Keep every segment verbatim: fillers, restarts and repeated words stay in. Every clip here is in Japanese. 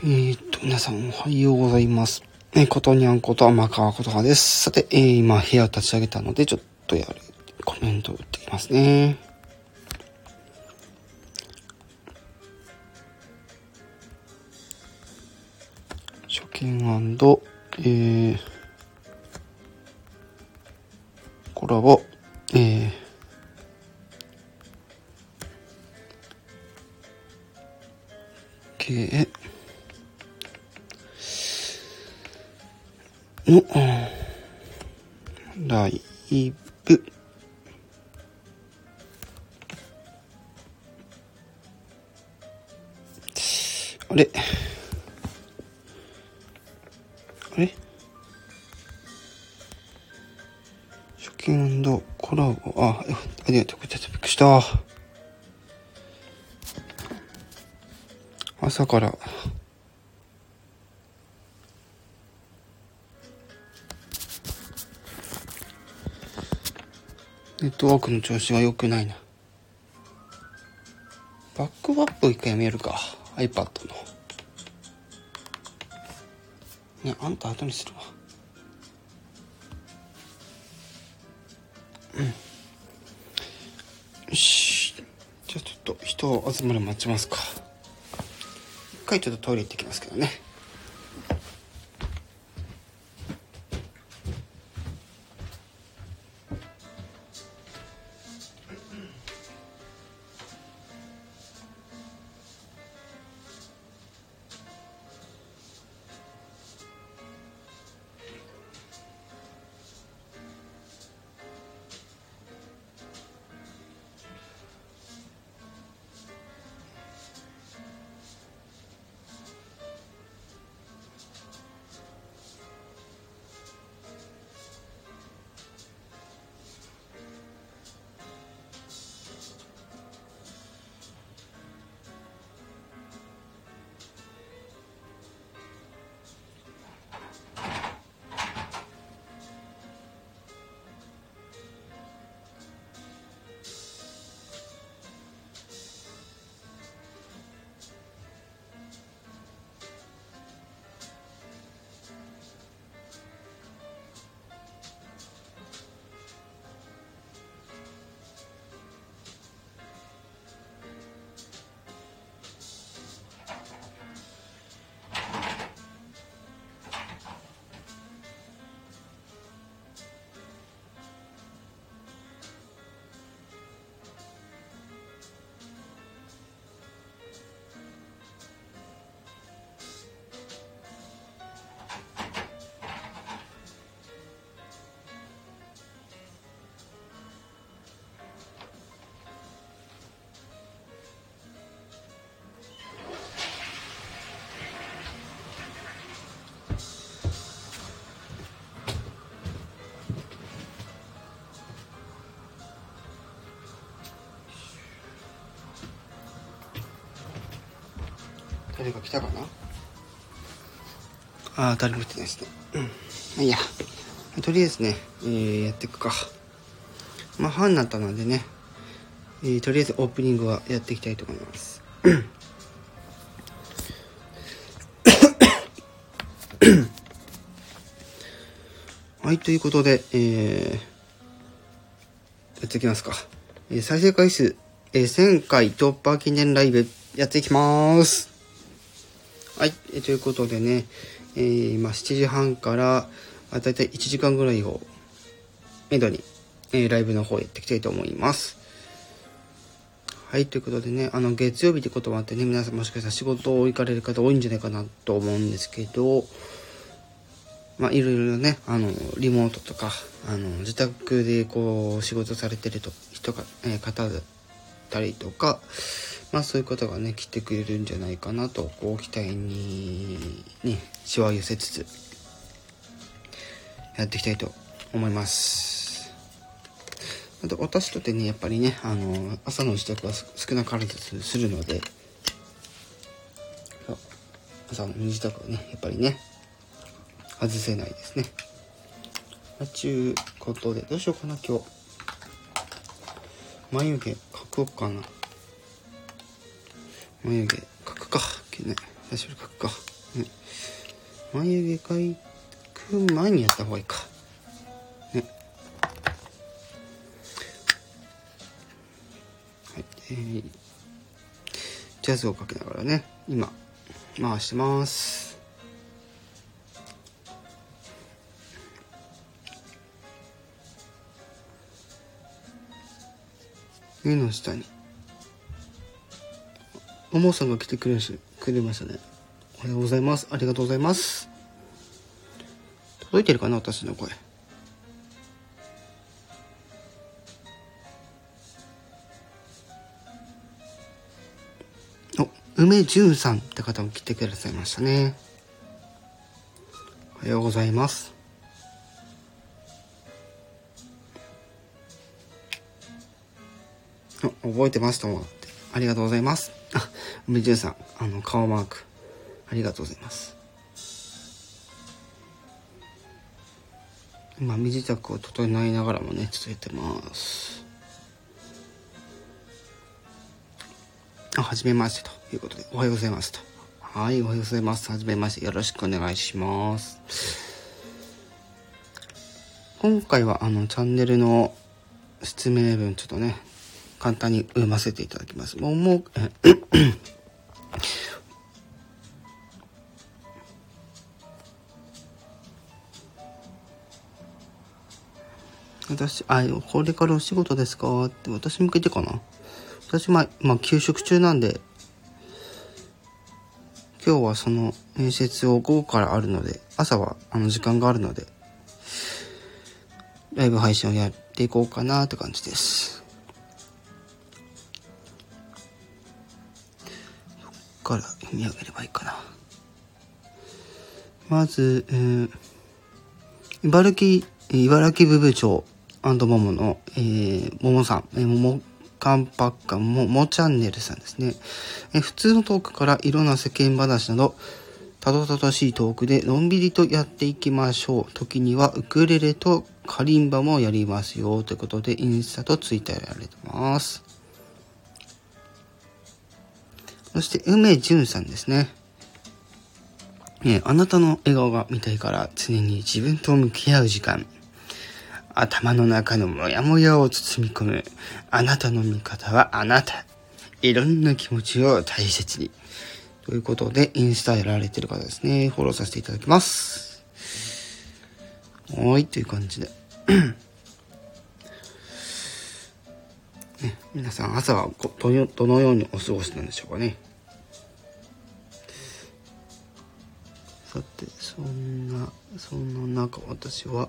えー、っと、皆さんおはようございます。えー、ことにゃんこと天川ことはです。さて、えー、今部屋を立ち上げたので、ちょっとやる、コメントを打ってきますね。初見&、えー、コラボ、えー、系の、ライブ、あれあれ初見&コラボ、あ、ありがとうございます。びっくりした。朝から、ネットワークの調子が良くないな。バックアップを一回やめるか。iPad の。ね、あんた後にするわ。うん。よし。じゃあちょっと人を集まる待ちますか。一回ちょっとトイレ行ってきますけどね。誰か来たかな。ああ、誰も来てないですね。うん。まあいいや。とりあえずね、えー、やっていくか。まあ、ファンになったのでね、えー、とりあえずオープニングはやっていきたいと思います。はい、ということで、えー、やっていきますか。えー、再生回数、えー、せんかい突破記念ライブやっていきます。はい、えー、ということでね、えー、今しちじはんからだいたいいちじかんぐらいをめどに、えー、ライブの方やっていきたいと思います。はい、ということでね、あの月曜日ってこともあってね、皆さんもしかしたら仕事を行かれる方多いんじゃないかなと思うんですけど、まあいろいろね、あのリモートとかあの自宅でこう仕事されてると人が、えー、方だったりとか、まあそういう方がね来てくれるんじゃないかなとこう期待にねしわ寄せつつやっていきたいと思います。あと私とってねやっぱりねあの朝の支度は少なからずするので、朝の身支度はねやっぱりね外せないですね。ちゅうことでどうしようかな今日。眉毛描こうかな。眉毛描くか。ね、最初に描くか。 ね、眉毛描く前にやった方がいいか。ね。はい。えー、ジャズをかけながらね、今、回してます。目の下に。ももさんが来てくれくれましたね。おはようございます。ありがとうございます。届いてるかな、私の声。お、梅純さんって方も来てくださいましたね。おはようございます。覚えてますともってありがとうございます。あ、梅純さん、あの顔マークありがとうございます。今身支度を整えながらもねちょっとやってます。あ、はじめましてということでおはようございますと。はい、おはようございます。はじめまして、よろしくお願いします。今回はあのチャンネルの説明文ちょっとね簡単に読ませていただきます。もうもう私、あ、これからお仕事ですかって私向けてかな。私まあ、まあ、休職中なんで今日はその面接を午後からあるので朝はあの時間があるのでライブ配信をやっていこうかなって感じです。どっから読み上げればいいかな。まず、えー、茨城茨城部部長ももの、えー、ももさん、えー、ももカンパッカももチャンネルさんですね。えー、普通のトークからいろんな世間話などたどたどしいトークでのんびりとやっていきましょう。時にはウクレレとカリンバもやりますよということでインスタとツイッターやられてます。そして梅純さんですね。ね、あなたの笑顔が見たいから常に自分と向き合う時間。頭の中のモヤモヤを包み込む。あなたの味方はあなた。いろんな気持ちを大切に。ということで、インスタやられてる方ですね。フォローさせていただきます。はい、という感じで。ね、皆さん朝はどのようにお過ごしなんでしょうかね。さて、そんな、そんな中私は、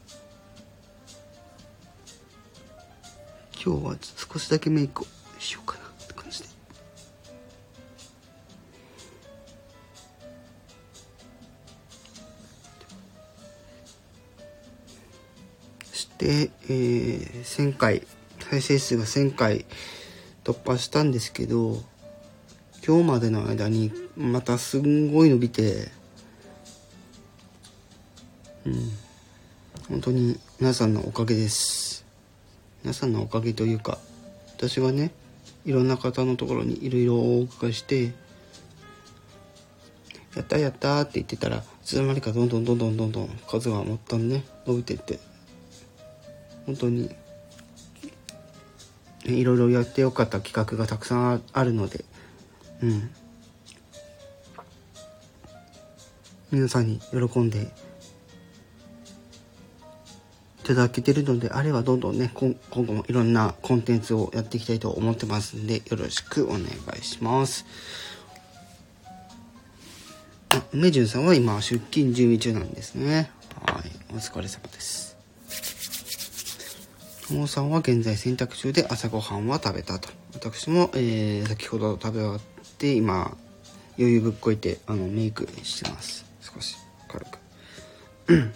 今日は少しだけメイクをしようかなって感じで。そして、えー、せんかい、再生数がせんかい突破したんですけど、今日までの間にまたすんごい伸びて、うん、本当に皆さんのおかげです。皆さんのおかげというか、私はねいろんな方のところにいろいろお伺いしてやったやったって言ってたらいつの間にかどんどんどんどんどんどん数がもったんね伸びていって、本当にいろいろやってよかった企画がたくさんあるので、うん皆さんに喜んでいただけてるのであればどんどんね今後もいろんなコンテンツをやっていきたいと思ってますんでよろしくお願いします。あ、梅純さんは今出勤準備中なんですね。はい、お疲れ様です。ともさんは現在洗濯中で朝ごはんは食べたと。私も、えー、先ほど食べ終わって今余裕ぶっこいてあのメイクしてます。少し軽く。うん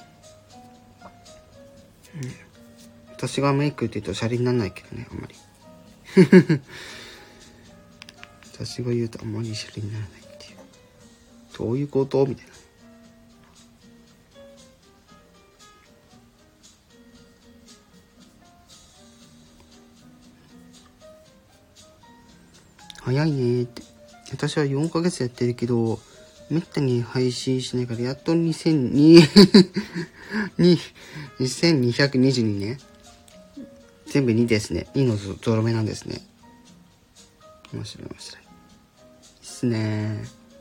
私がメイクって言うとシャレにならないけどね、あんまり私が言うとあんまりシャレにならないっていう、どういうことみたいな。早いねって。私はよんかげつやってるけどめったに配信しないから、やっとにせんににせんにひゃくにじゅうにね。全部にですね。にのゾロ目なんですね。面白い面白い。いいっすね。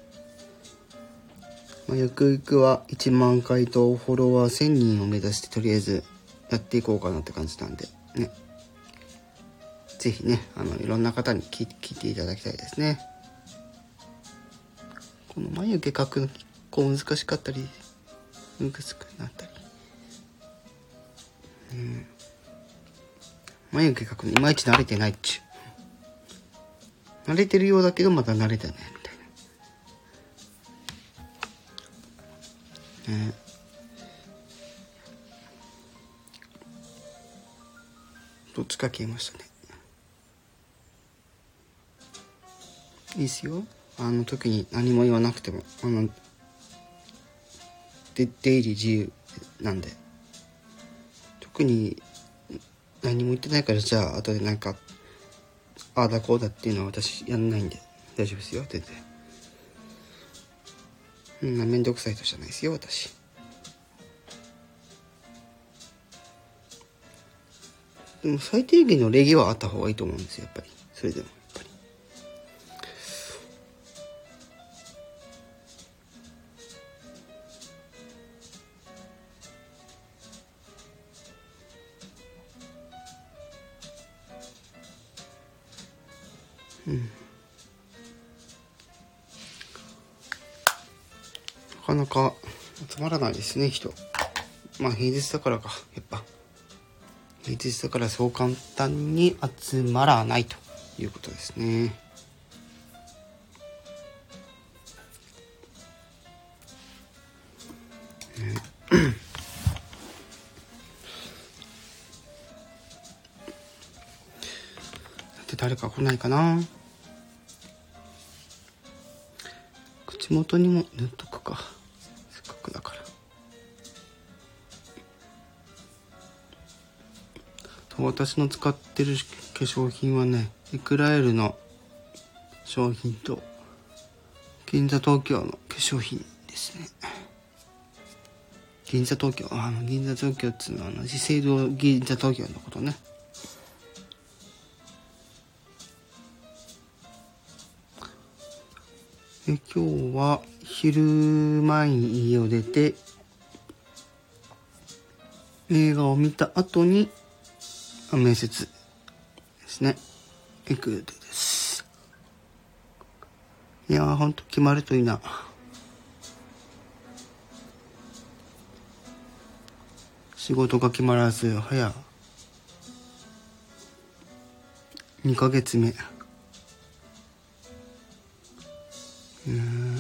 まあ、ゆくゆくはいちまん回とフォロワーせんにんを目指してとりあえずやっていこうかなって感じなんでね。ぜひね、あのいろんな方に聞いて、聞いていただきたいですね。この眉毛描くの結構難しかったり難しくなったり、うん、眉毛描くのいまいち慣れてないっちゅう。慣れてるようだけどまだ慣れてないみたいな、ね、どっちか消えましたね。いいっすよ。あの特に何も言わなくても、あので出入り自由なんで、特に何も言ってないから、じゃあ後でなんかああだこうだっていうのは私やんないんで大丈夫ですよ。全然そんなめんどくさい人じゃないですよ私。でも最低限の礼儀はあった方がいいと思うんですよ、やっぱり。それでもやっぱりうん、なかなか集まらないですね、人。まあ平日だからか、やっぱ平日だからそう簡単に集まらないということですね。ねで誰か来ないかな。口元にも塗っとくか、せっかくだから。私の使ってる化粧品はね、エクラエルの商品と銀座東京の化粧品ですね。銀座東京、あの銀座東京っつうのはあの資生堂銀座東京のことね。え今日は昼前に家を出て映画を見た後に面接ですね、行く予定です。いやーほんと決まるといいな。仕事が決まらず早にかげつめ。うん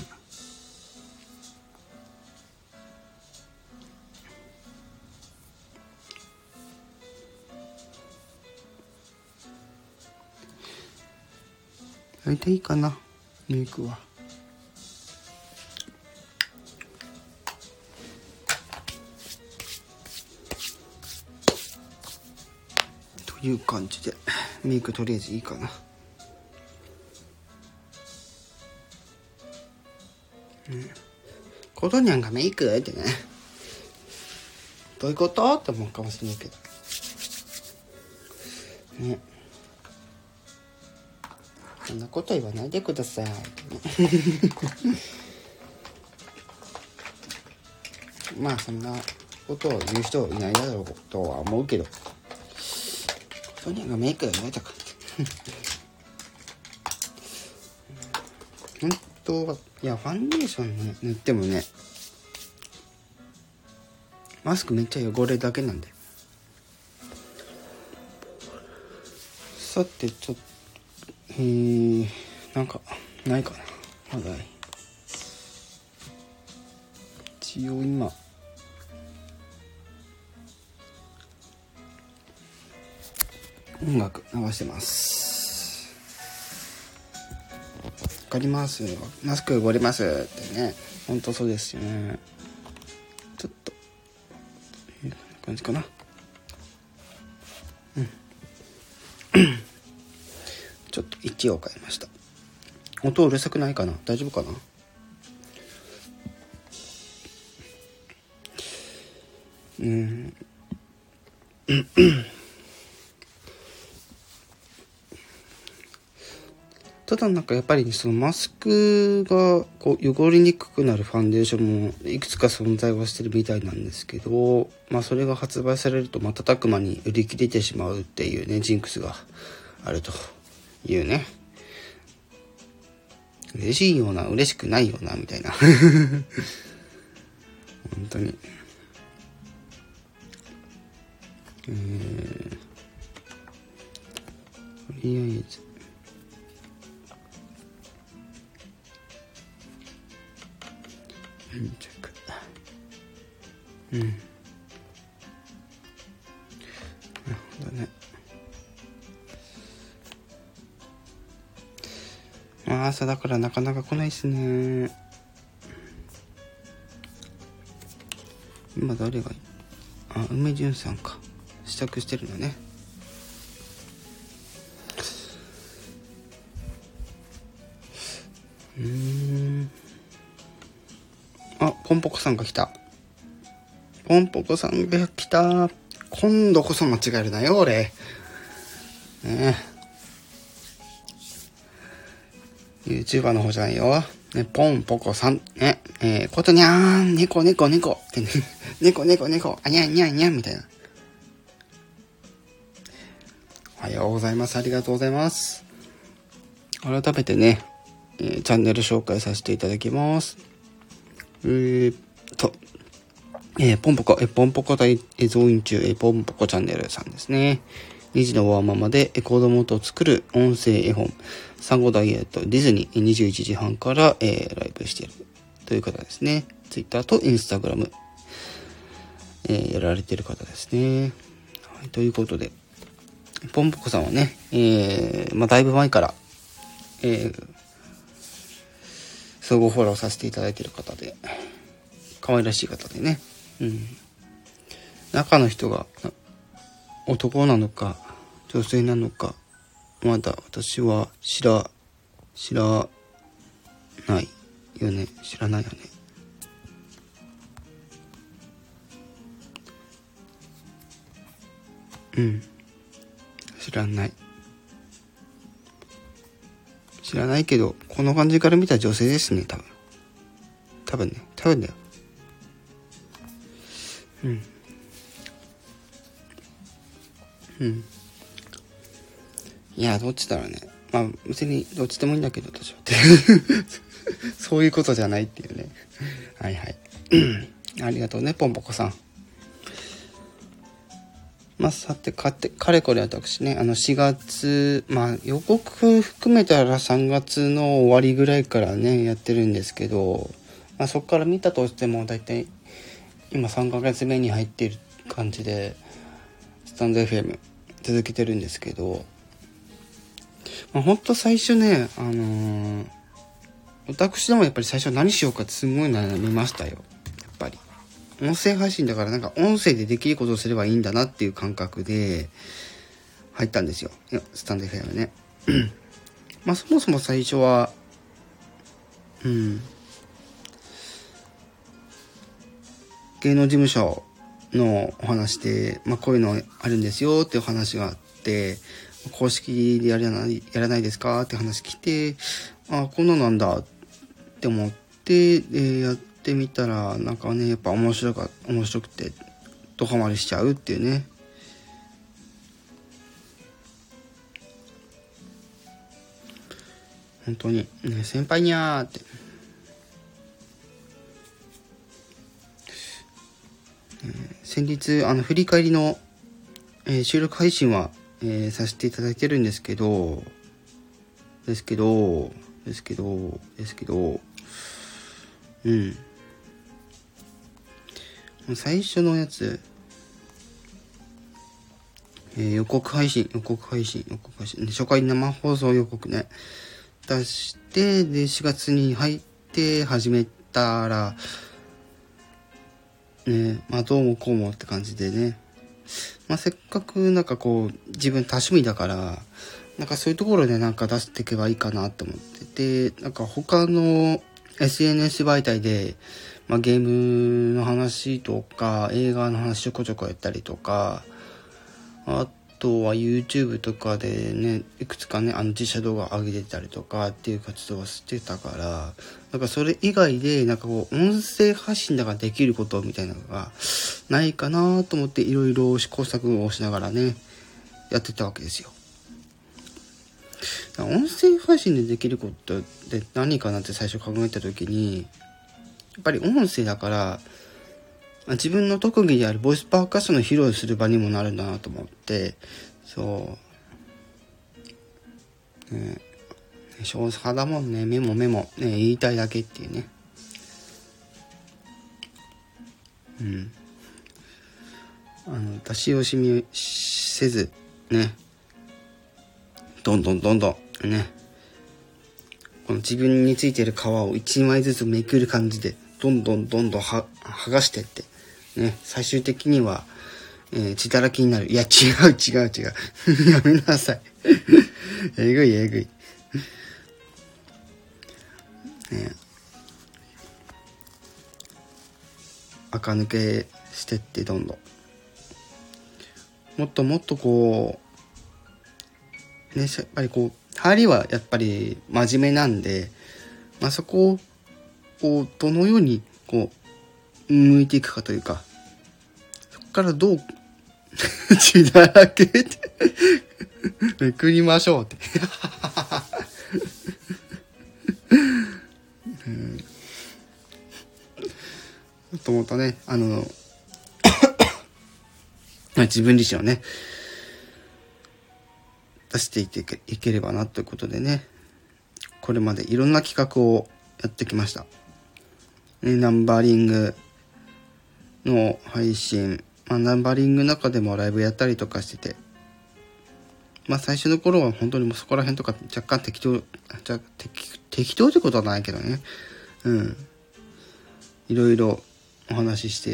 大体いいかな、メイクは。という感じでメイクとりあえずいいかな。うん、コトニャンがメイクってね、どういうことって思うかもしれないけどね。そんなこと言わないでくださいまあそんなことを言う人いないだろうとは思うけど、コトニャンがメイクやねとか本当はいやファンデーション、ね、塗ってもね、マスクめっちゃ汚れるだけなんで。さてちょっとえー、なんかないかな、話題。一応今音楽流してます。わかります、マスク汚れますってね、ほんとそうですよね。ちょっとこんな感じかな。うんちょっと位置を変えました。音うるさくないかな、大丈夫かな。 うんただなんかやっぱり、ね、そのマスクがこう汚れにくくなるファンデーションもいくつか存在はしてるみたいなんですけど、まあそれが発売されると瞬く間に売り切れてしまうっていうね、ジンクスがあるというね。嬉しいような嬉しくないようなみたいな本当にえー、とりあえずチェックうんなるほどね。まあ朝だからなかなか来ないっすね。今誰がいい？あ、梅潤さんか。試着してるのね。うーん。あ、ポンポコさんが来た。ポンポコさんが来た。今度こそ間違えるなよ、俺。ねえ。YouTuber の方じゃないよ。ね、ポンポコさん。ね。えー、ことにゃーん、猫猫猫ってね。猫猫猫、あにゃんにゃんにゃんみたいな。おはようございます。ありがとうございます。改めてね、えー、チャンネル紹介させていただきます。えーと、えー、ポンポコ、えー、ポンポコ大増員中、えー、ポンポコチャンネルさんですね。にじのワーママで、えー、子供と作る音声絵本、産後ダイエット、ディズニー、にじゅういちじはんから、えー、ライブしているという方ですね。ツイッターとインスタグラム、えー、やられている方ですね。はい、ということで、ポンポコさんはね、えー、まあ、だいぶ前から、えー、相互フォローさせていただいている方で、可愛らしい方でね、うん、中の人が男なのか女性なのかまだ私は知ら知らないよね知らないよねうん知らない知らないけどこの感じから見たら女性ですね多分多分ね多分だようんうんいやどっちだろうねまあ別にどっちでもいいんだけど私はそういうことじゃないっていうねはいはいありがとうねポンポコさん。まあさてかてかれこれ私ねあのしがつまあ予告含めたらさんがつの終わりぐらいからねやってるんですけど、まあ、そこから見たとしてもだいたい今さんかげつめに入っている感じでスタンド エフエム 続けてるんですけど、まあ、ほんと最初ねあのー、私でもやっぱり最初何しようかってすごい悩みましたよ。やっぱり音声配信だからなんか音声でできることをすればいいんだなっていう感覚で入ったんですよスタンド エフエム ねまあそもそも最初はうん芸能事務所のお話で、まあ、こういうのあるんですよっていう話があって公式でやらないやらないですかって話来てあこんななんだって思って、えー、やってみたらなんかねやっぱ面白か面白くてドハマりしちゃうっていうね本当にね先輩にゃーって、えー、先日あの振り返りの、えー、収録配信は、えー、させていただいてるんですけどですけどですけどですけどうん最初のやつ、えー、予告配信予告配信予告配信初回生放送予告ね出してでしがつに入って始めたらねまあどうもこうもって感じでねまあせっかくなんかこう自分多趣味だからなんかそういうところでなんか出していけばいいかなと思っててなんか他のエスエヌエス 媒体で、まあ、ゲームの話とか映画の話ちょこちょこやったりとか、あとは YouTube とかでね、いくつかね、あの実写動画上げてたりとかっていう活動をしてたから、なんかそれ以外でなんかこう音声発信だからできることみたいなのがないかなと思って、いろいろ試行錯誤をしながらねやってたわけですよ。音声配信でできることって何かなって最初考えた時に、やっぱり音声だから自分の特技であるボイスパーカッションの披露する場にもなるんだなと思って、そう、ね、少数派だもんね。メモメモ、ね、言いたいだけっていうね。うん。あの出し惜しみせずね、どんどんどんどんね、この自分についている皮を一枚ずつめくる感じでどんどんどんどんは剥がしてってね、最終的には、えー、血だらけになる。いや違う違う違うやめなさいえぐいえぐいね、垢抜けしてってどんどんもっともっとこうね、やっぱりこう入りはやっぱり真面目なんで、まあ、そこをこうどのようにこう向いていくかというか、そこからどう血だらけってめくりましょうってうん、もっともっとね、あの自分自身をね出していけ、いければなということでね、これまでいろんな企画をやってきました、ね、ナンバリングの配信、まあ、ナンバリングの中でもライブやったりとかしてて、まあ最初の頃は本当にもうそこら辺とか若干適当、じゃ適適当ってことはないけどね、うん、いろいろお話しして、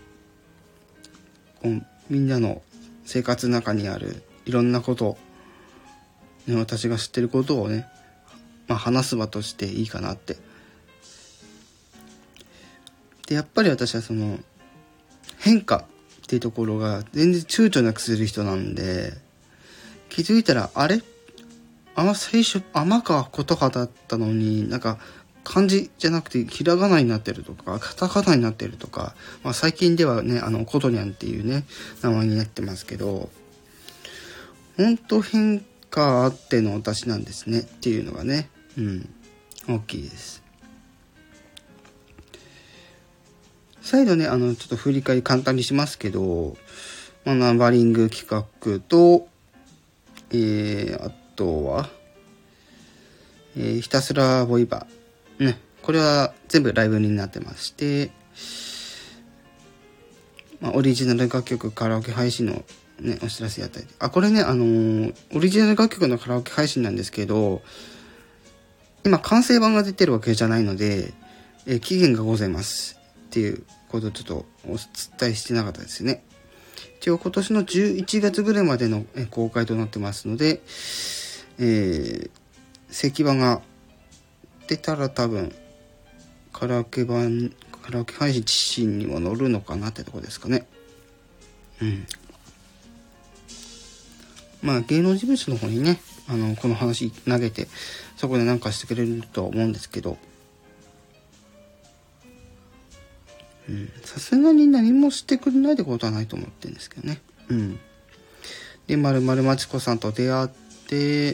こうみんなの生活の中にあるいろんなこと、ね、私が知ってることをね、まあ、話す場としていいかなって。でやっぱり私はその変化っていうところが全然躊躇なくする人なんで、気づいたらあれあの最初天川琴葉だったのになんか漢字じゃなくてひらがなになってるとかカタカナになってるとか、まあ、最近ではねあのコトニャンっていうね名前になってますけど、本当変化あっての私なんですねっていうのがね、うん大きいです。再度ねあのちょっと振り返り簡単にしますけど、まあ、ナンバリング企画と、えー、あとは、えー、ひたすらボイバーね、これは全部ライブになってまして、まあ、オリジナル楽曲カラオケ配信のねお知らせやったり、あこれねあのー、オリジナル楽曲のカラオケ配信なんですけど、今完成版が出てるわけじゃないので、えー、期限がございますっていうことをちょっとお伝えしてなかったですね。一応今年のじゅういちがつぐらいまでの公開となってますので、えー、正規版が出たら多分カラオケ版カラオケ配信にも載るのかなってとこですかね。うん。まあ芸能事務所の方にねあのこの話投げてそこで何かしてくれるとは思うんですけど、さすがに何もしてくれないってことはないと思ってるんですけどね。うん。で、まるまるまちこさんと出会って、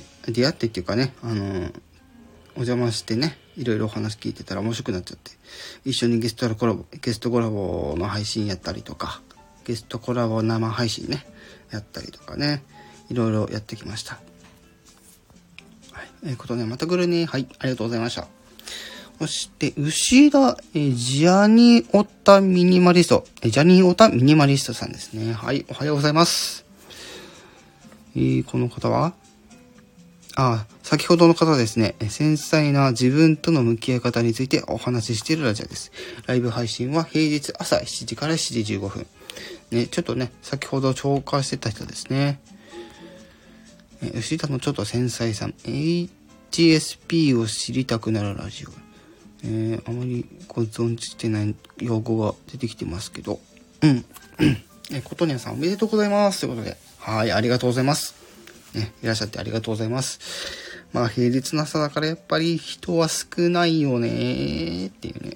出会ってっていうかね、あの、お邪魔してね、いろいろお話聞いてたら面白くなっちゃって、一緒にゲストコラボ、ゲストコラボの配信やったりとか、ゲストコラボ生配信ね、やったりとかね、いろいろやってきました。はい。えー、ことね、また来るね。はい、ありがとうございました。そして、牛田、えー、ジャニオタミニマリスト、えー、ジャニオタミニマリストさんですね。はい、おはようございます。えー、この方はあ、先ほどの方ですね、繊細な自分との向き合い方についてお話ししているラジオです。ライブ配信は平日朝しちじからしちじじゅうごふん。ね、ちょっとね、先ほど紹介してた人ですね。えー、牛田のちょっと繊細さん、エイチエスピー を知りたくなるラジオ。 えー、あまりご存知してない用語が出てきてますけど、うんえことにゃさんおめでとうございますということで、はい、ありがとうございます、ね、いらっしゃってありがとうございます。まあ平日の朝だからやっぱり人は少ないよねーっていうね。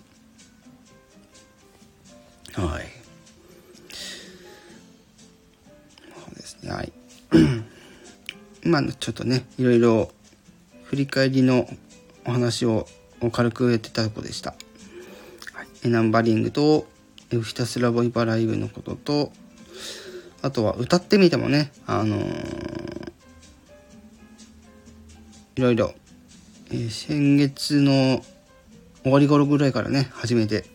はい、そうですね、はい今ちょっとねいろいろ振り返りのお話を軽くやってたとこでした、はい、ナンバリングとひたすらボイパライブのことと、あとは歌ってみてもね、あのー、いろいろ、えー、先月の終わり頃ぐらいからね始めて、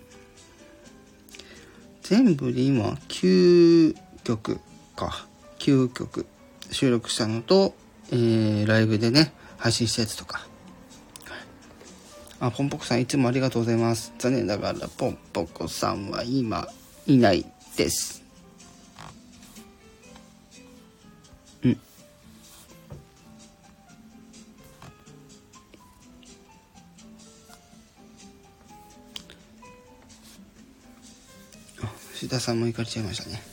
全部で今きゅうきょくかきゅうきょく収録したのと、えー、ライブでね配信したやつとか、あ、ポンポコさんいつもありがとうございます。残念ながらポンポコさんは今いないです。うん。あ、藤田さんも行かれちゃいましたね。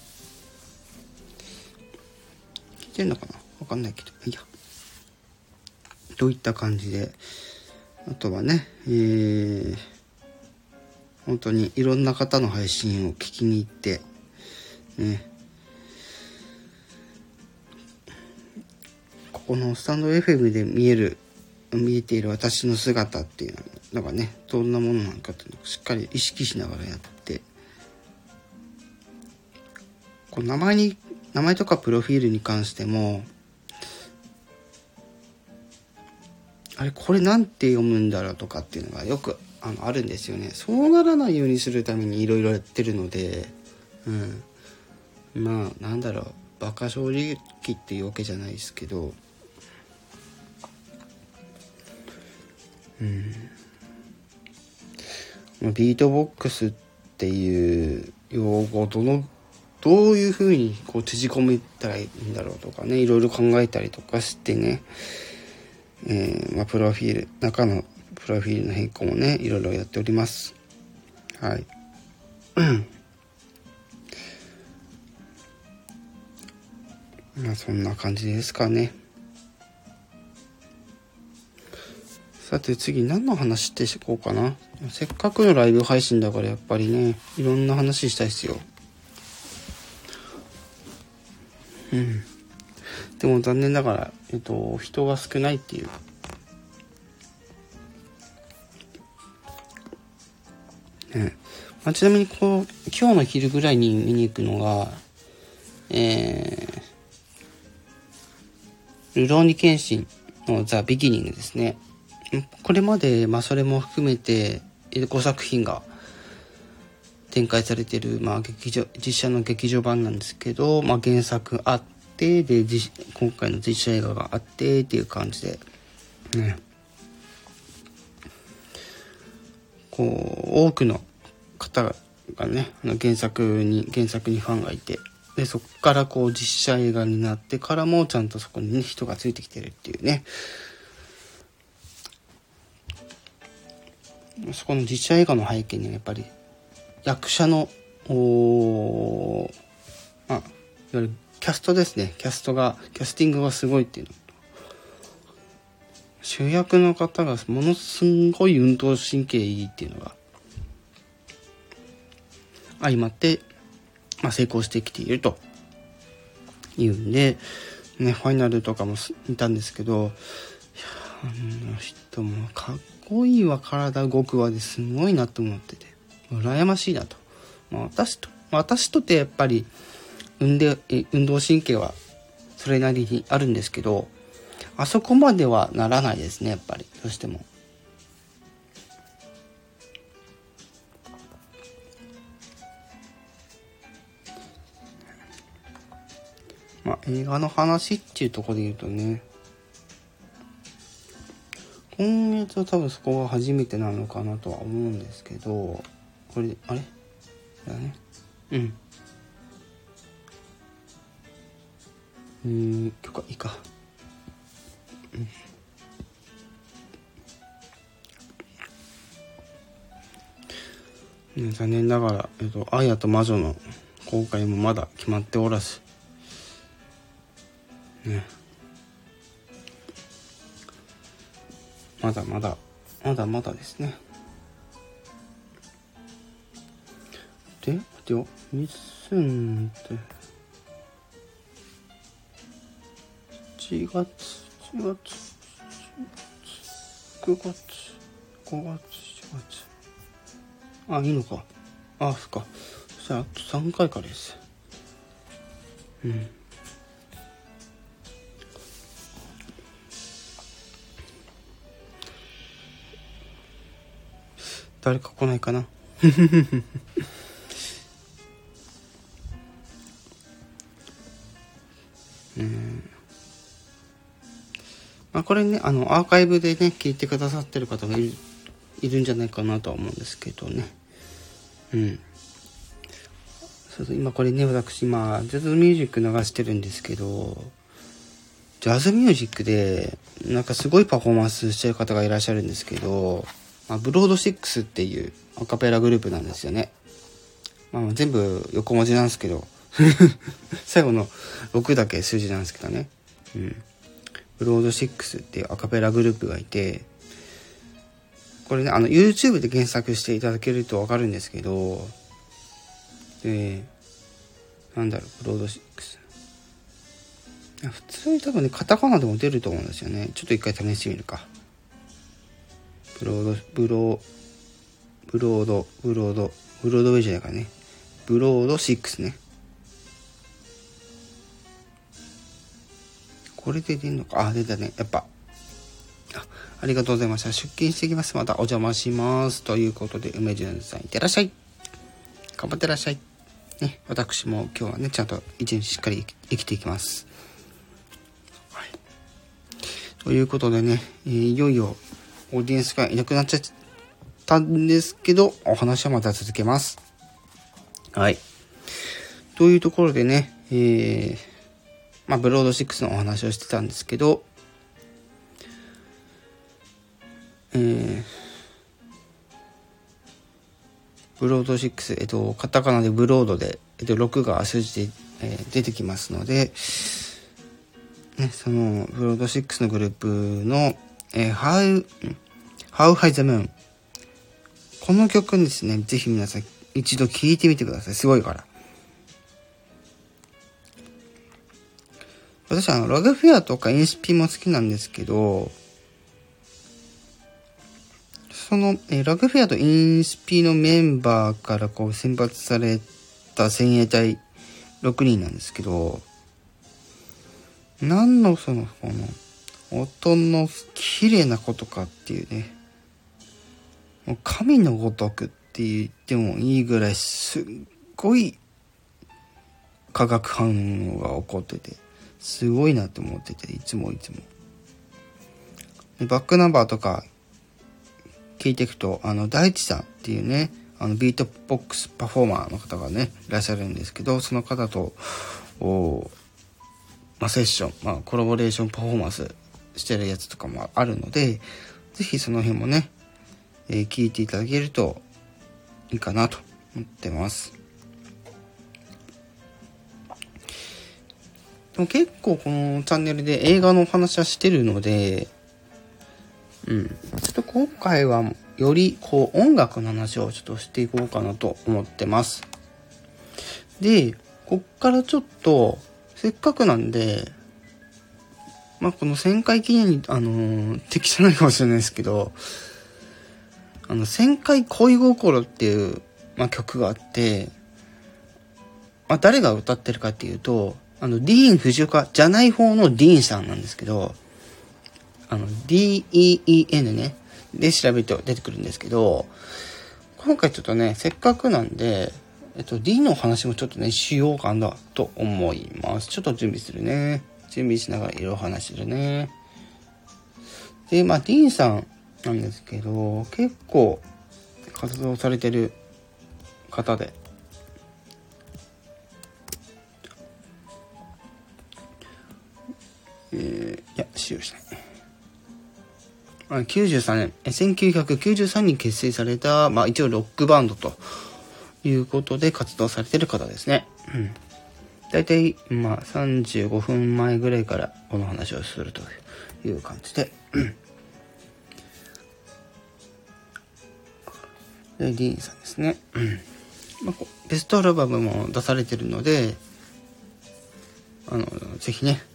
聞いてるのかな？わかんないけど、いや。どういった感じで、あとはね、えー、本当にいろんな方の配信を聞きに行ってね、ここのスタンド エフエム で見える見えている私の姿っていうのがねどんなものなのかっていうのをしっかり意識しながらやって、こう名前に名前とかプロフィールに関しても、あれこれなんて読むんだろうとかっていうのがよくあのあるんですよね。そうならないようにするためにいろいろやってるので、うん、まあなんだろう、バカ正直っていうわけじゃないですけど、うん、ビートボックスっていう用語をどのどういうふうにこう縮こめたらいいんだろうとかね、いろいろ考えたりとかしてね、えーまあ、プロフィール中のプロフィールの変更もねいろいろやっております。はいまあそんな感じですかね。さて次何の話していこうかな。せっかくのライブ配信だからやっぱりねいろんな話したいですよ。うん。でも残念ながら、えっと、人が少ないっていう。ねまあ、ちなみにこう今日の昼ぐらいに見に行くのが、えー、ルローニケンシンのザ・ビギニングですね。これまで、まあ、それも含めてごさく品が展開されている、まあ、劇場実写の劇場版なんですけど、まあ、原作あってで今回の実写映画があってっていう感じでね、こう多くの方がねあの原作に原作にファンがいて、でそこからこう実写映画になってからもちゃんとそこに、ね、人がついてきてるっていうね、そこの実写映画の背景にはやっぱり役者のお、まあ、いわゆるキャストですね。キャストがキャスティングがすごいっていうのと、主役の方がものすごい運動神経いいっていうのが相まって、まあ、成功してきているというんで、ね、ファイナルとかも見たんですけど、いやあの人もかっこいいわ、体動くわですごいなと思ってて羨ましいなと、まあ、私と私とてやっぱり運で運動神経はそれなりにあるんですけど、あそこまではならないですね、やっぱりどうしても。まあ映画の話っていうところで言うとね、今月は多分そこが初めてなのかなとは思うんですけど、これあれだね、うんうーん許可いいか、うんね、残念ながら、えっと、アーヤと魔女の公開もまだ決まっておらず、ね、まだまだ、まだまだですね。で、待ってよ、ミスンって、しちがつ、しちがつ、くがつ、ごがつ、しちがつ。あ、いいのか。あ、そっか。そしたらあとさんかいからです。うん。誰か来ないかな。うん。まあこれね、あの、アーカイブでね、聞いてくださってる方がいる、いるんじゃないかなとは思うんですけどね。うん。そうそう、今これね、私今、ジャズミュージック流してるんですけど、ジャズミュージックで、なんかすごいパフォーマンスしてる方がいらっしゃるんですけど、まあ、ブロードシックスっていうアカペラグループなんですよね。まあ全部横文字なんですけど、最後のろくだけ数字なんですけどね。うん。ブロードシックスっていうアカペラグループがいて、これね、あの YouTube で検索していただけるとわかるんですけど、で、なんだろう、ブロードシックス。普通に多分ね、カタカナでも出ると思うんですよね。ちょっと一回試してみるか。ブロード、ブロー、ブロード、ブロード、ブロードウェイじゃないからね。ブロードシックスね。これで出んのか。あ、出たね。やっぱ。あ、ありがとうございました。出勤してきます。またお邪魔します。ということで、梅潤さん、いってらっしゃい。頑張ってらっしゃい。ね、私も今日はね、ちゃんと一日しっかり生きていきます。はい。ということでね、えー、いよいよオーディエンスがいなくなっちゃったんですけど、お話はまた続けます。はい。というところでね、えー、まあ、ブロードシックスのお話をしてたんですけど、えー、ブロードシックス、えっと、カタカナでブロードで、えっと、ろくが数字で、えー、出てきますので、ね、その、ブロードシックスのグループの、えー、How, How High the Moon。この曲ですね、ぜひ皆さん一度聴いてみてください。すごいから。私はあの、ラグフェアとかインスピも好きなんですけど、その、えー、ラグフェアとインスピのメンバーからこう選抜された精鋭隊ろくにんなんですけど、何のその、この、音の綺麗なことかっていうね、もう神のごとくって言ってもいいぐらいすっごい化学反応が起こってて、すごいなって思ってて、いつもいつも。でバックナンバーとか聞いていくと、あの、大地さんっていうね、あの、ビートボックスパフォーマーの方がね、いらっしゃるんですけど、その方と、おまあ、セッション、まあ、コラボレーションパフォーマンスしてるやつとかもあるので、ぜひその辺もね、えー、聞いていただけるといいかなと思ってます。でも結構このチャンネルで映画のお話はしてるので、うん。ちょっと今回はよりこう音楽の話をちょっとしていこうかなと思ってます。で、こっからちょっとせっかくなんで、まあこのせんかい記念に、あのー、適さないかもしれないですけど、あの、せんかい恋心っていう、まあ、曲があって、まあ誰が歌ってるかっていうと、あの、ディーン・フジオカじゃない方のディーンさんなんですけど、あの、ディーイーイーエヌ ね。で調べると出てくるんですけど、今回ちょっとね、せっかくなんで、えっと、D のお話もちょっとね、しようかなと思います。ちょっと準備するね。準備しながらいろいろ話してるね。で、まあ、D さんなんですけど、結構活動されてる方で、えー、いや、使用しない。 きゅうじゅうさんねん、せんきゅうひゃくきゅうじゅうさんねんに結成された、まあ一応ロックバンドということで活動されている方ですね。うん。だいたい、まあさんじゅうごふんまえぐらいからこの話をするという感じで。で、ディーンさんですね。まあ、ベストアルバムも出されてるので、あの、ぜひね、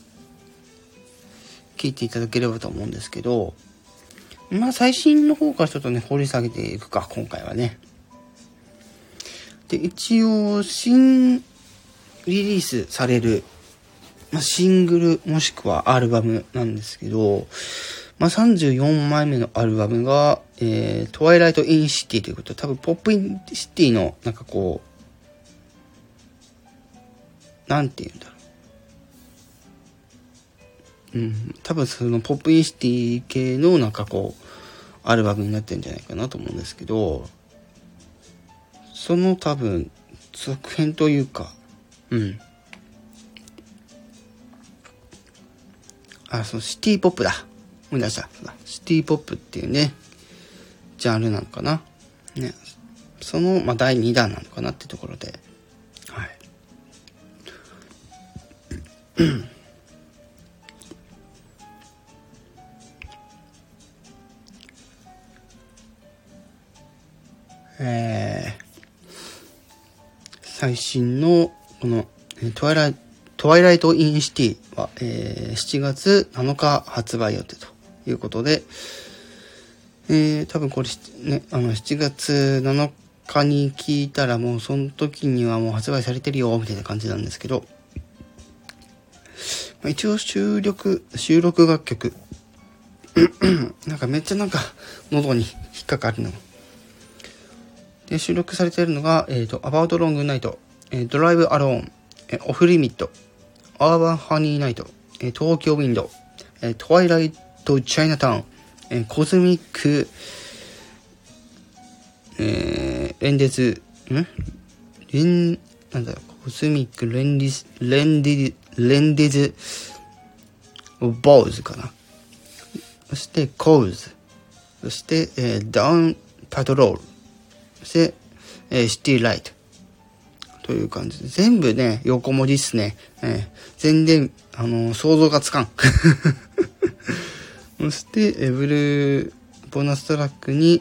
聴いていただければと思うんですけど、まあ最新の方からちょっとね、掘り下げていくか、今回はね。で、一応、新リリースされる、まあ、シングルもしくはアルバムなんですけど、まあ、さんじゅうよんまいめのアルバムが、えー、トワイライト・イン・シティということで、多分ポップ・イン・シティの、なんかこう、なんて言うんだろう。うん、多分そのポップ・イン・シティ系のなんかこう、アルバムになってるんじゃないかなと思うんですけど、その多分、続編というか、うん。あ、そう、シティポップだ。思い出した。シティポップっていうね、ジャンルなのかな。ね。その、まあ、だいにだんなのかなってところで。はい。えー、最新の、この、トワイライト、トワイライト・イン・シティは、えー、しちがつなのか発売予定ということで、えー、多分これ、ね、あの、しちがつなのかに聞いたらもうその時にはもう発売されてるよ、みたいな感じなんですけど、まあ、一応収録、収録楽曲、なんかめっちゃなんか喉に引っかかるの。で、収録されているのが、えっと、About Long Night、えー、Drive Alone、えー、オフリミット、アーバンハニーナイト、えー、東京ウィンドウ、えー、トワイライトチャイナタウン、えー、コズミック、えー、レンデズ、んレン、なんだろう、コズミックレンディス、レンディ、レンディズ、ボーズかな。そして、コーズ。そして、えー、ダウンパトロール。そして、えー、シティライト。という感じで。全部ね、横文字っすね。えー、全然、あのー、想像がつかん。そして、えー、ブルー、ボーナストラックに、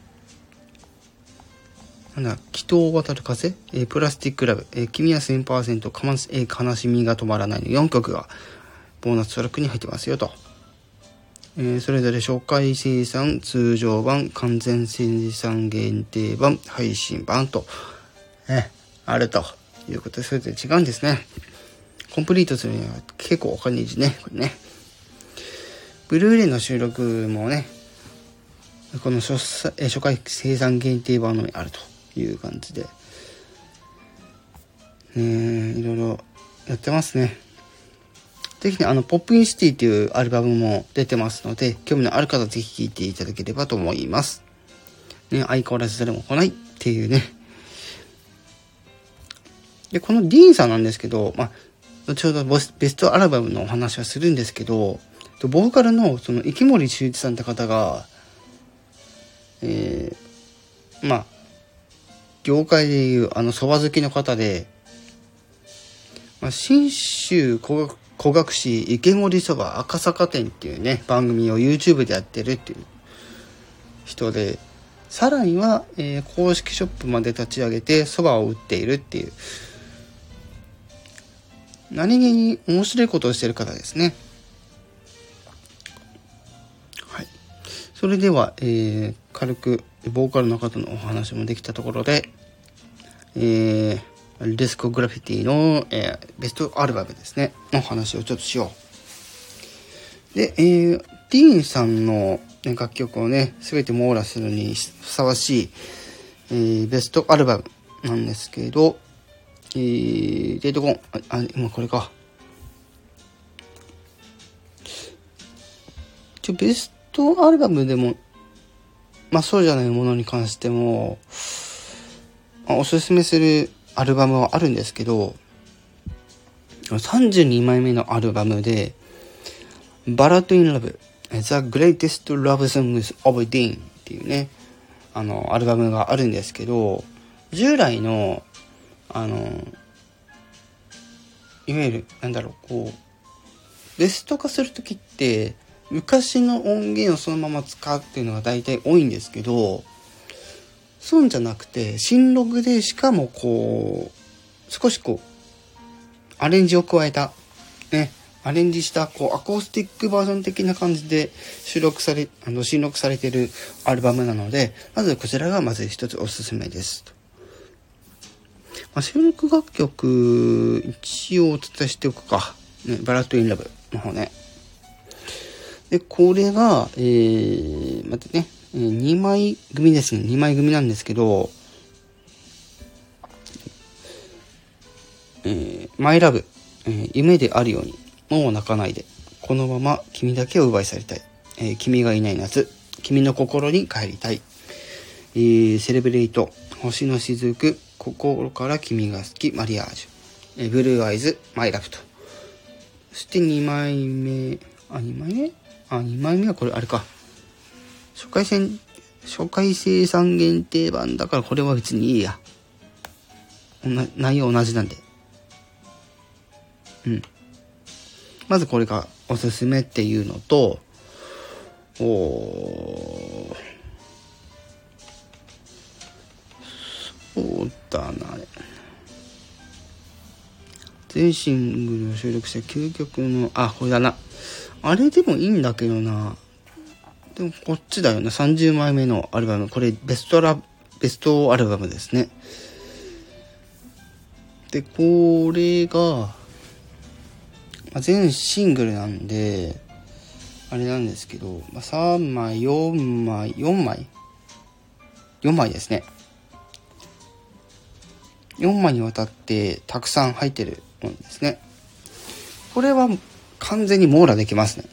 なんだ、祈祷を渡る風、えー、プラスティックラブ、えー、君は せんパーセント、かま、えー、悲しみが止まらないのよんきょくが、ボーナストラックに入ってますよと。えー、それぞれ初回生産、通常版、完全生産限定版、配信版と、えーあるということで、それぞれ違うんですね。コンプリートするには結構お金いるね、これね。ブルーレイの収録もね、この 初, 初回生産限定版のみあるという感じで、ね、いろいろやってますね。ぜひね、あの、ポップインシティというアルバムも出てますので、興味のある方はぜひ聴いていただければと思います。ね、相変わらず誰も来ないっていうね。で、このディーンさんなんですけど、まあ、後ほどベストアルバムのお話はするんですけど、ボーカルのその池森修一さんって方が、えー、まあ、業界でいうあの蕎麦好きの方で、まあ、信州古学古学史池森蕎麦赤坂店っていうね、番組を YouTube でやってるっていう人で、さらには、えー、公式ショップまで立ち上げて蕎麦を売っているっていう、何気に面白いことをしている方ですね。はい。それでは、えー、軽くボーカルの方のお話もできたところで、えー、ディスコグラフィティの、えー、ベストアルバムですね、の話をちょっとしよう。で、えー、ディーンさんの、ね、楽曲をね、すべて網羅するにふさわしい、えー、ベストアルバムなんですけど、えー、デートコン、あ、今これか。一応ベストアルバムでも、まあそうじゃないものに関しても、まあ、おすすめするアルバムはあるんですけど、さんじゅうにまいめのアルバムで、バラッド・イン・ラブ、 The Greatest Love Songs of Dean っていうね、あの、アルバムがあるんですけど、従来の、あの、いわゆる、なんだろう、こう、ベスト化するときって、昔の音源をそのまま使うっていうのが大体多いんですけど、そうじゃなくて、新録でしかもこう、少しこう、アレンジを加えた、ね、アレンジしたこうアコースティックバージョン的な感じで収録され、あの新録されているアルバムなので、まずこちらがまず一つおすすめです。まあ、収録楽曲一応お伝えしておくか、ね、バラッドインラブの方ね。でこれが、えー、待ってね、えー、にまい組ですね。にまい組なんですけど、えー、マイラブ、えー、夢であるように。もう泣かないで、このまま君だけを奪い去りたい、えー、君がいない夏、君の心に帰りたい、えー、セレブレイト、星の雫、心から君が好き、マリアージュ、えー、ブルーアイズ、マイラブと。そしてにまいめ、あ、にまいめあ、にまいめはこれあれか、初回戦初回生産限定版だから、これは別にいいや、内容同じなんで、うん、まずこれがおすすめっていうのと、おそうだな、全シングルを収録した究極の、あ、これだな、あれでもいいんだけどな、でもこっちだよね、さんじゅうまいめのアルバム、これベストラベストアルバムですね。でこれが全シングルなんであれなんですけど、さんまいよんまいよんまいよんまいですね。よんまいにわたってたくさん入ってるものですね。これは完全に網羅できますね。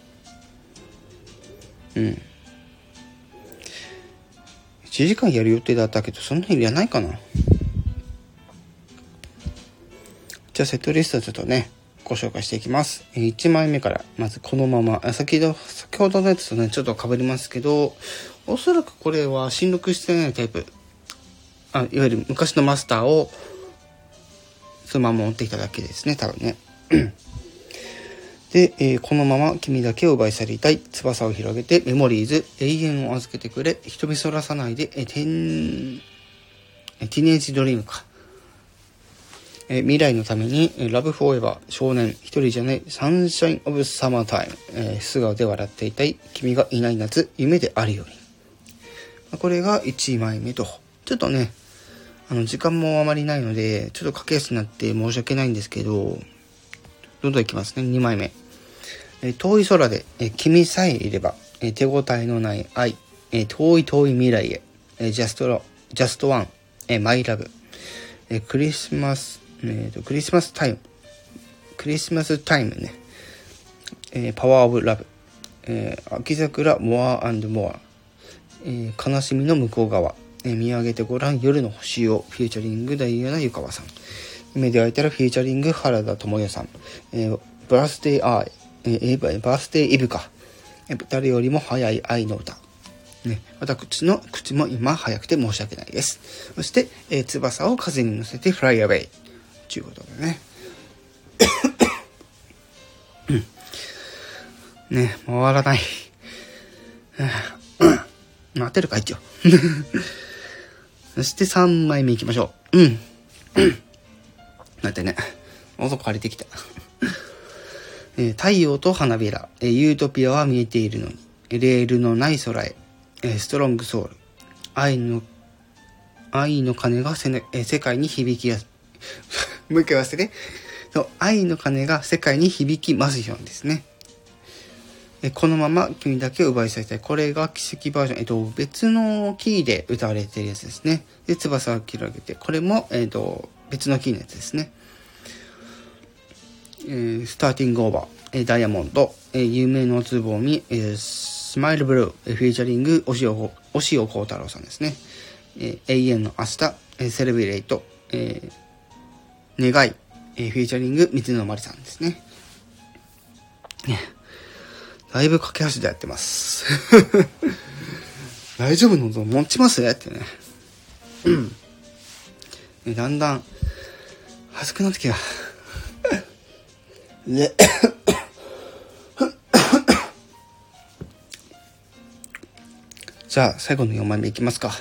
うん。いちじかんやる予定だったけど、そんなにいらないかな。じゃあセットリストちょっとねご紹介していきます。いちまいめからまずこのまま、先ほど先ほどのやつとねちょっと被りますけど、おそらくこれは新録してないタイプ、あ、いわゆる昔のマスターをそのまま持ってきただけですね、多分ね。で、えー、このまま君だけを奪い去りたい、翼を広げてメモリーズ、永遠を預けてくれ、瞳そらさないで、えー、テンティネージドリームか、えー、未来のために、えー、ラブフォーエバー、少年一人じゃないサンシャインオブサマータイム、えー、素顔で笑っていたい、君がいない夏、夢であるように。まあ、これがいちまいめと、ちょっとねあの時間もあまりないのでちょっと駆け足になって申し訳ないんですけど、どんどんいきますね。にまいめ、え遠い空で、え君さえいれば、え手応えのない愛、え遠い遠い未来へ、えジャストジャストワン、えマイラブ、えクリスマス、えーと、クリスマスタイムクリスマスタイムね、えパワーオブラブ、え秋桜モア&モア、え悲しみの向こう側、え見上げてごらん夜の星を、フューチャリングダイアナ湯川さん、夢で会えたらフューチャリング原田知世さん、えー、バースデーアイ、えー、バースデーイブか、えー、誰よりも早い愛の歌、ね、私の口も今早くて申し訳ないです。そして、えー、翼を風に乗せてフライアウェイということでねね、回らない待ってるか一応そしてさんまいめいきましょう。うん待ってね、音借りてきたえー、太陽と花びら、えー、ユートピアは見えているのに、レールのない空へ、えー、ストロングソウル、愛の愛の鐘がせ、ねえー、世界に響きやすもう一回言わせてね、そう、愛の鐘が世界に響きますようですね。えー、このまま君だけを奪い去りたい、これが奇跡バージョン、えっ、ー、と別のキーで歌われているやつですね。で翼を広げて、これもえっ、ー、と別のキーのやつですね。えー、スターティングオーバー、えー、ダイヤモンド、えー、夢のつぼみ、えー、スマイルブルー、えー、フィーチャリング押尾幸太郎さんですね。えー、永遠の明日、えー、セレブレイト、えー、願い、えー、フィーチャリング水野まりさんですね。 だいぶ駆け足でやってます。大丈夫のと持ちますねってね。うん。だんだん、恥ずくなってきた。で、じゃあ、最後のよんまいめいきますか。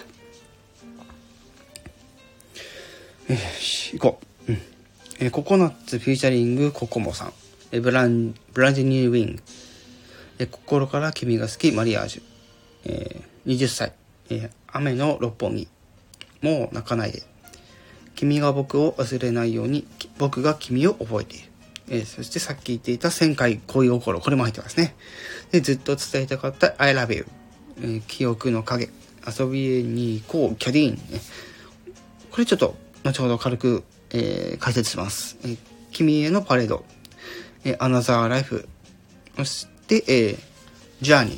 よし、行こう。うん。えー、ココナッツフィーチャリングココモさん。えー、ブラン、ブランディニューウィング。えー、心から君が好きマリアージュ。えー、はたち、えー、雨の六本木。もう泣かないで。君が僕を忘れないように、僕が君を覚えている。えー、そしてさっき言っていたせんかい恋心。これも入ってますね。で、ずっと伝えたかった I love you。えー、記憶の影。遊びに行こう、キャディーン、ね。これちょっと、後ほど軽く、えー、解説します。えー、君へのパレード。えー、Another Life。そして、えー、Journey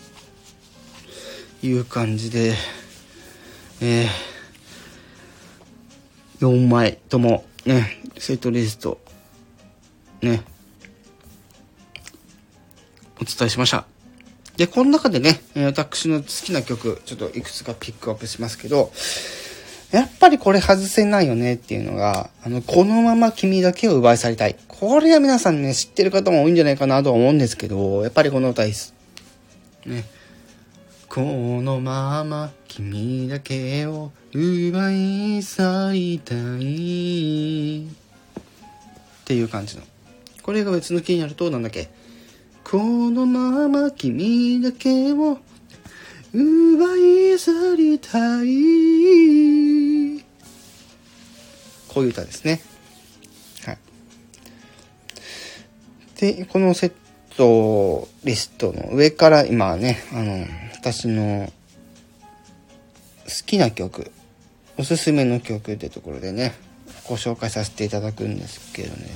という感じで、えー、よんまいともね、セットリスト、ね、お伝えしました。で、この中でね、私の好きな曲、ちょっといくつかピックアップしますけど、やっぱりこれ外せないよねっていうのが、あの、このまま君だけを奪い去りたい。これは皆さんね、知ってる方も多いんじゃないかなとは思うんですけど、やっぱりこの歌です。ね。このまま君だけを奪い去りたいっていう感じの。これが別のキーになると、なんだっけ。このまま君だけを奪い去りたい。こういう歌ですね。はい。で、このセットリストの上から今ね、あの、私の好きな曲、おすすめの曲ってところでね、ご紹介させていただくんですけどね。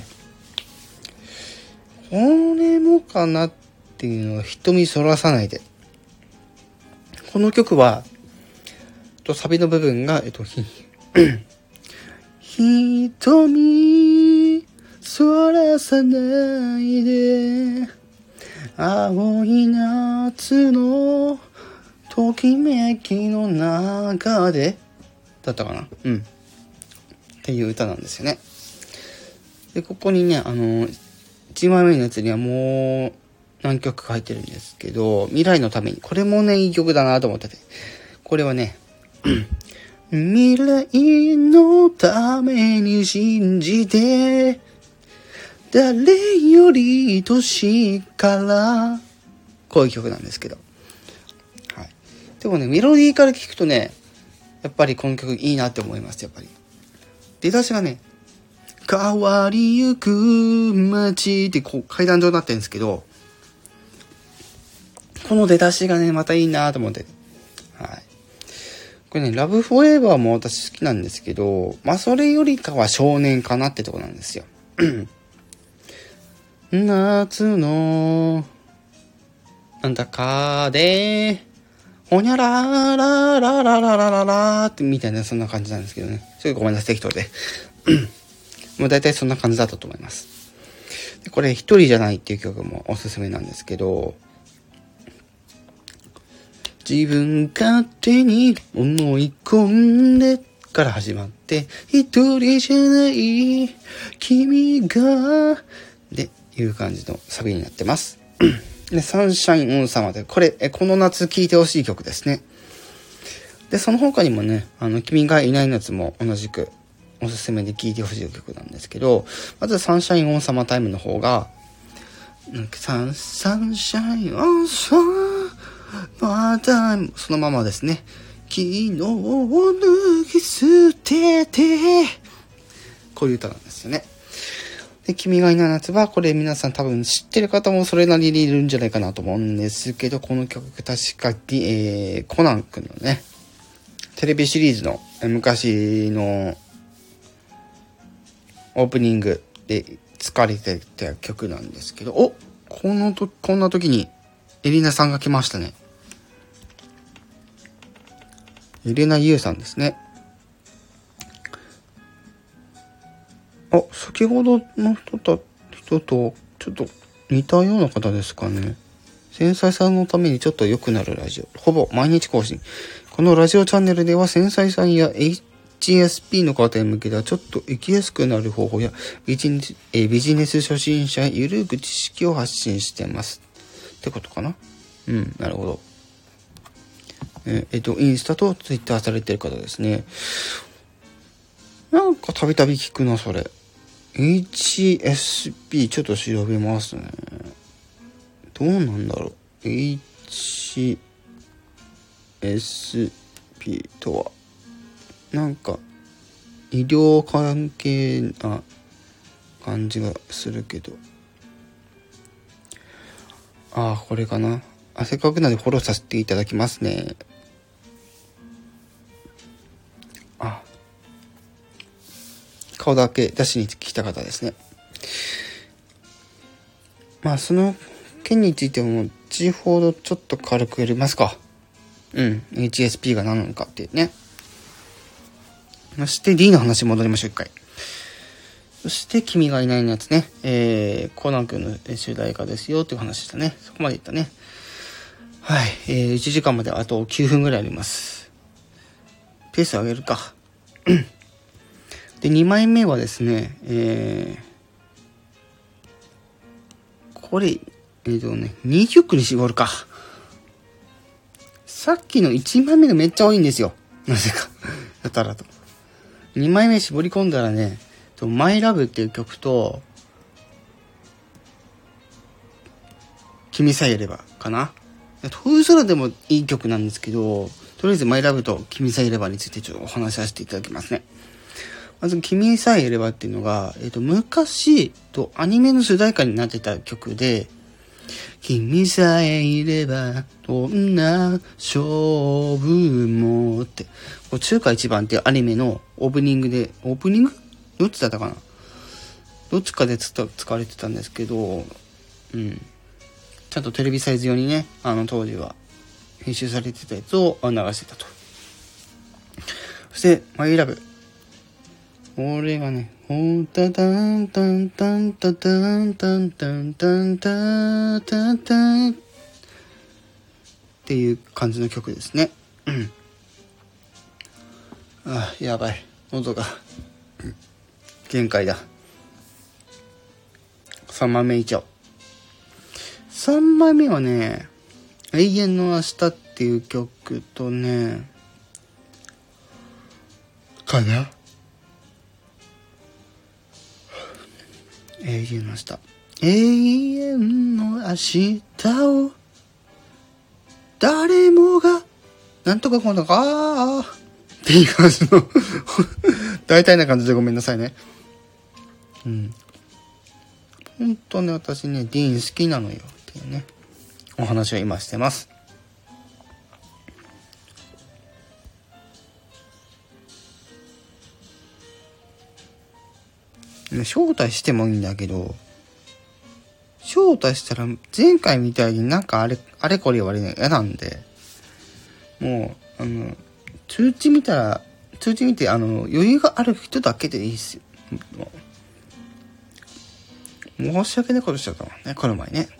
これもかなっていうのを瞳そらさないで。この曲は、とサビの部分が、えっと、ひ、瞳そらさないで、青い夏のときめきの中で、だったかな？うん。っていう歌なんですよね。で、ここにね、あの、いちまいめのやつにはもう何曲か入ってるんですけど、未来のために、これもね、いい曲だなと思ってて。これはね、未来のために信じて、誰より愛しいから、こういう曲なんですけど。はい。でもね、メロディーから聞くとね、やっぱりこの曲いいなって思います、やっぱり。出だしがね、変わりゆく街ってこう階段状になってるんですけど、この出だしがね、またいいなと思って。はい。これね、ラブフォーエバーも私好きなんですけど、まあそれよりかは少年かなってとこなんですよ。夏の、なんだかで、ほにゃららららららららってみたいな、そんな感じなんですけどね。ちょっとごめんなさい、適当で。もう大体そんな感じだったと思います。でこれ、一人じゃないっていう曲もおすすめなんですけど、自分勝手に思い込んでから始まって、一人じゃない君が、で、いう感じのサビになってます。で、サンシャイン王様で、これ、えこの夏聴いてほしい曲ですね。で、その他にもね、あの、君がいない夏も同じくおすすめで聴いてほしい曲なんですけど、まずサンシャイン王様タイムの方が、なんかサン、サンシャイン王様タイム、そのままですね。昨日を脱ぎ捨てて、こういう歌なんですよね。で、君がいない夏は、これ皆さん多分知ってる方もそれなりにいるんじゃないかなと思うんですけど、この曲確かに、えー、コナン君のね、テレビシリーズの昔のオープニングで使われてた曲なんですけど、おこのと、こんな時にエリナさんが来ましたね。エレナユウさんですね。あ、先ほどの人と、人とちょっと似たような方ですかね。 繊細さんのためにちょっと良くなるラジオ。ほぼ毎日更新。このラジオチャンネルでは繊細さんや エイチエスピー の方に向けてはちょっと生きやすくなる方法やビジネス、えー、ビジネス初心者へゆるく知識を発信してます。ってことかな。うん、なるほど。えっ、えー、と、インスタとツイッターされてる方ですね。なんかたびたび聞くな、それ。エイチエスピー ちょっと調べますね。どうなんだろう。エイチエスピー とは、なんか医療関係な感じがするけど。ああ、これかな。あ、せっかくなんでフォローさせていただきますね。あ、顔だけ出しに来た方ですね。まあその件についても後ほどちょっと軽くやりますか。うん、エイチエスピー が何なのかっていうね。そして D の話戻りましょう、一回。そして君がいないのやつね。えー、コナン君の主題歌ですよっていう話でしたね。そこまで言ったね。はい、えー、いちじかんまであときゅうふんぐらいあります。ペース上げるか。で、にまいめはですね、えー、これ、えーとね、にきょくに絞るか。さっきのいちまいめがめっちゃ多いんですよ。なぜか。やたらと。にまいめ絞り込んだらね、マイラブっていう曲と、君さえいればかな。遠い空でもいい曲なんですけど、とりあえずマイラブと君さえいればについてちょっとお話しさせていただきますね。まず君さえいればっていうのが、えっと、昔とアニメの主題歌になってた曲で、君さえいればどんな勝負もって、こう中華一番っていうアニメのオープニングで、オープニングどっちだったかな、どっちかで使われてたんですけど、うん。ちゃんとテレビサイズ用にね、あの当時は編集されてたやつを流してたと。そして、マイラブ。これがね、ほんたたんたんたんたたんたんたんたんたたたっていう感じの曲ですね。うん。あ、やばい。喉が限界だ。さんまいめいっちゃおう。さんまいめはね、永遠の明日っていう曲とね、かな、永遠の明日。永遠の明日を誰もがなんとかこうのかっていう感じの大体な感じでごめんなさいね。うん。本当ね、私ね、ディーン好きなのよっていうね、お話を今してます。招待してもいいんだけど、招待したら前回みたいになんかあれ、あれこれ言われるの嫌なんで、もう、あの、通知見たら、通知見て、あの、余裕がある人だけでいいっすよ。申し訳ないことしちゃったもんね、この前ね。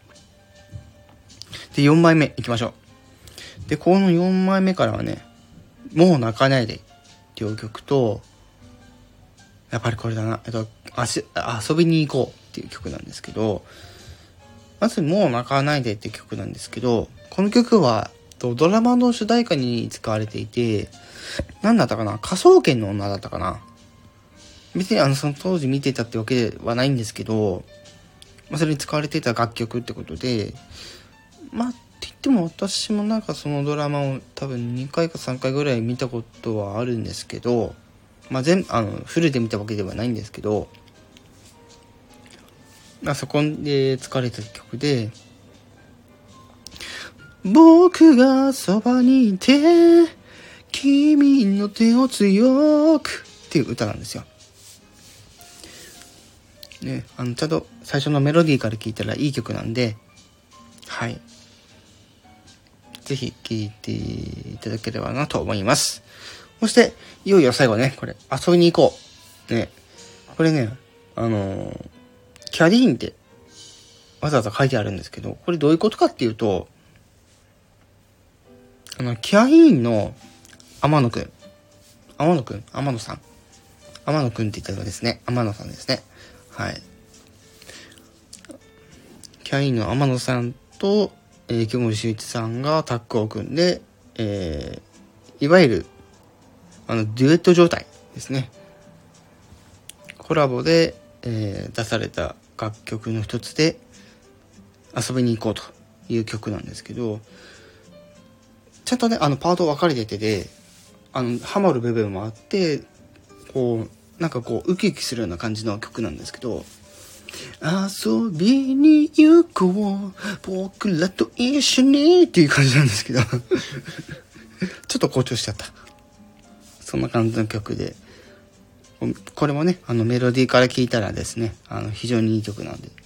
で、よんまいめいきましょう。で、このよんまいめからはね、もう泣かないでっていう曲と、やっぱりこれだな、えっと、遊びに行こうっていう曲なんですけど、まずもう泣かないでっていう曲なんですけど、この曲はドラマの主題歌に使われていて、何だったかな、科捜研の女だったかな。別にあのその当時見てたってわけではないんですけど、まあ、それに使われていた楽曲ってことで、まあって言っても私もなんかそのドラマを多分にかいかさんかいぐらい見たことはあるんですけど、まあ全あのフルで見たわけではないんですけど、まあそこで使われた曲で、僕がそばにいて君の手を強くっていう歌なんですよ。ね、あのちゃんと最初のメロディーから聴いたらいい曲なんで、はい、ぜひ聴いていただければなと思います。そしていよいよ最後ね、これ遊びに行こうね、これね、あのー、キャディーンってわざわざ書いてあるんですけど、これどういうことかっていうと、あの、キャインの天野くん。天野くん天野さん天野くんって言ったらですね、天野さんですね。はい。キャインの天野さんと、えー、池森秀一さんがタッグを組んで、えー、いわゆる、あの、デュエット状態ですね。コラボで、えー、出された楽曲の一つで、遊びに行こうという曲なんですけど、ちゃんとね、あの、パート分かれててで、あの、ハマる部分もあって、こう、なんかこう、ウキウキするような感じの曲なんですけど、遊びに行こう僕らと一緒にっていう感じなんですけどちょっと誇張しちゃった。そんな感じの曲で、これもね、あのメロディーから聴いたらですね、あの非常にいい曲なんで、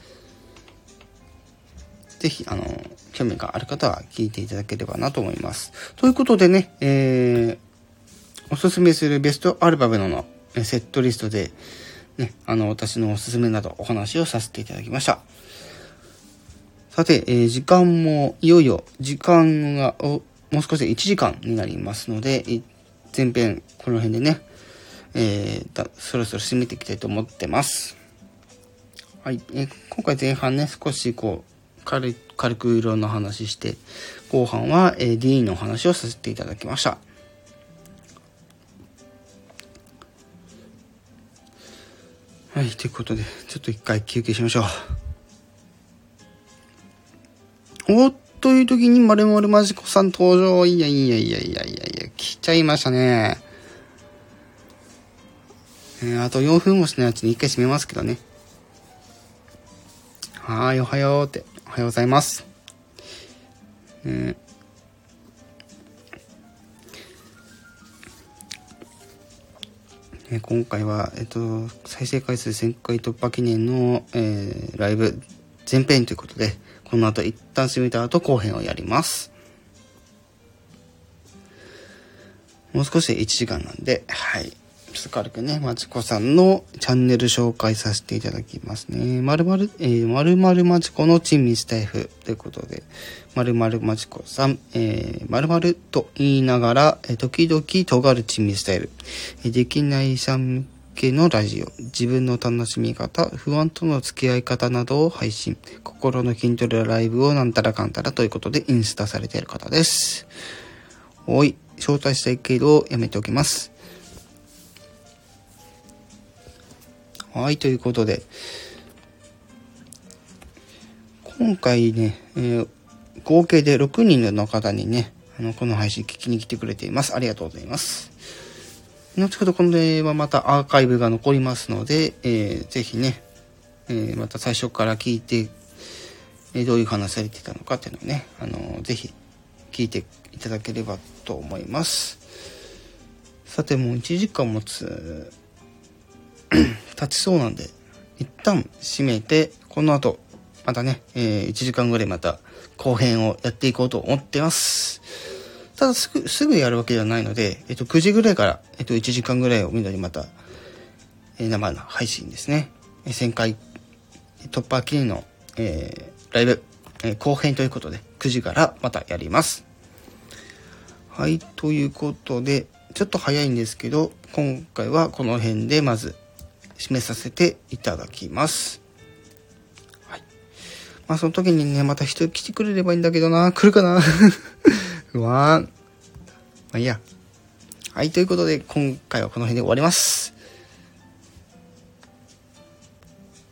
ぜひあの興味がある方は聴いていただければなと思います。ということでね、えー、おすすめするベストアルバムのセットリストでね、あの私のおすすめなどお話をさせていただきました。さて、えー、時間もいよいよ時間がもう少しでいちじかんになりますので、前編この辺でね、えー、だそろそろ締めていきたいと思ってます。はい、えー、今回前半ね少しこう 軽, 軽くいろんな話して、後半は、えー、ディーンの話をさせていただきました。はい、ということで、ちょっと一回休憩しましょう。おっという時に、まるまるまじこさん登場。いやいやいやいやいやいや、来ちゃいましたね。えー、あとよんぷんもしないうちに一回閉めますけどね。はーい、おはようって。おはようございます。えー今回は、えっと、再生回数せんかい突破記念の、えー、ライブ前編ということで、この後一旦閉めた後後編をやります。もう少しでいちじかんなんで、はい。ちょっと軽くね、まちこさんのチャンネル紹介させていただきますね。まるまる、えー、まるまるまちこの珍味スタイフということで、まるまるまちこさん、えー、まるまると言いながら、えー、時々尖る珍味スタイル、えー、できないさん向けのラジオ、自分の楽しみ方、不安との付き合い方などを配信、心の筋トレライブをなんたらかんたらということでインスタされている方です。おい、招待したいけどやめておきます。はい、ということで、今回ね、えー、合計でろくにんの方にね、あのこの配信聞きに来てくれています。ありがとうございます。後ほどこれはまたアーカイブが残りますので、えー、ぜひね、えー、また最初から聞いて、えー、どういう話されていたのかっていうのをね、あのー、ぜひ聞いていただければと思います。さて、もういちじかんもつ経ちそうなんで、一旦閉めて、この後またね、えー、いちじかんぐらいまた後編をやっていこうと思ってます。ただすぐすぐやるわけではないので、えっとくじぐらいから、えっといちじかんぐらいをめどにまた、えー、生の配信ですね、せんかい突破記念の、えー、ライブ、えー、後編ということでくじからまたやります。はい、ということでちょっと早いんですけど、今回はこの辺でまず締めさせていただきます。はい。まあその時にね、また人来てくれればいいんだけどな。来るかな不安。まあいいや。はい、ということで今回はこの辺で終わります。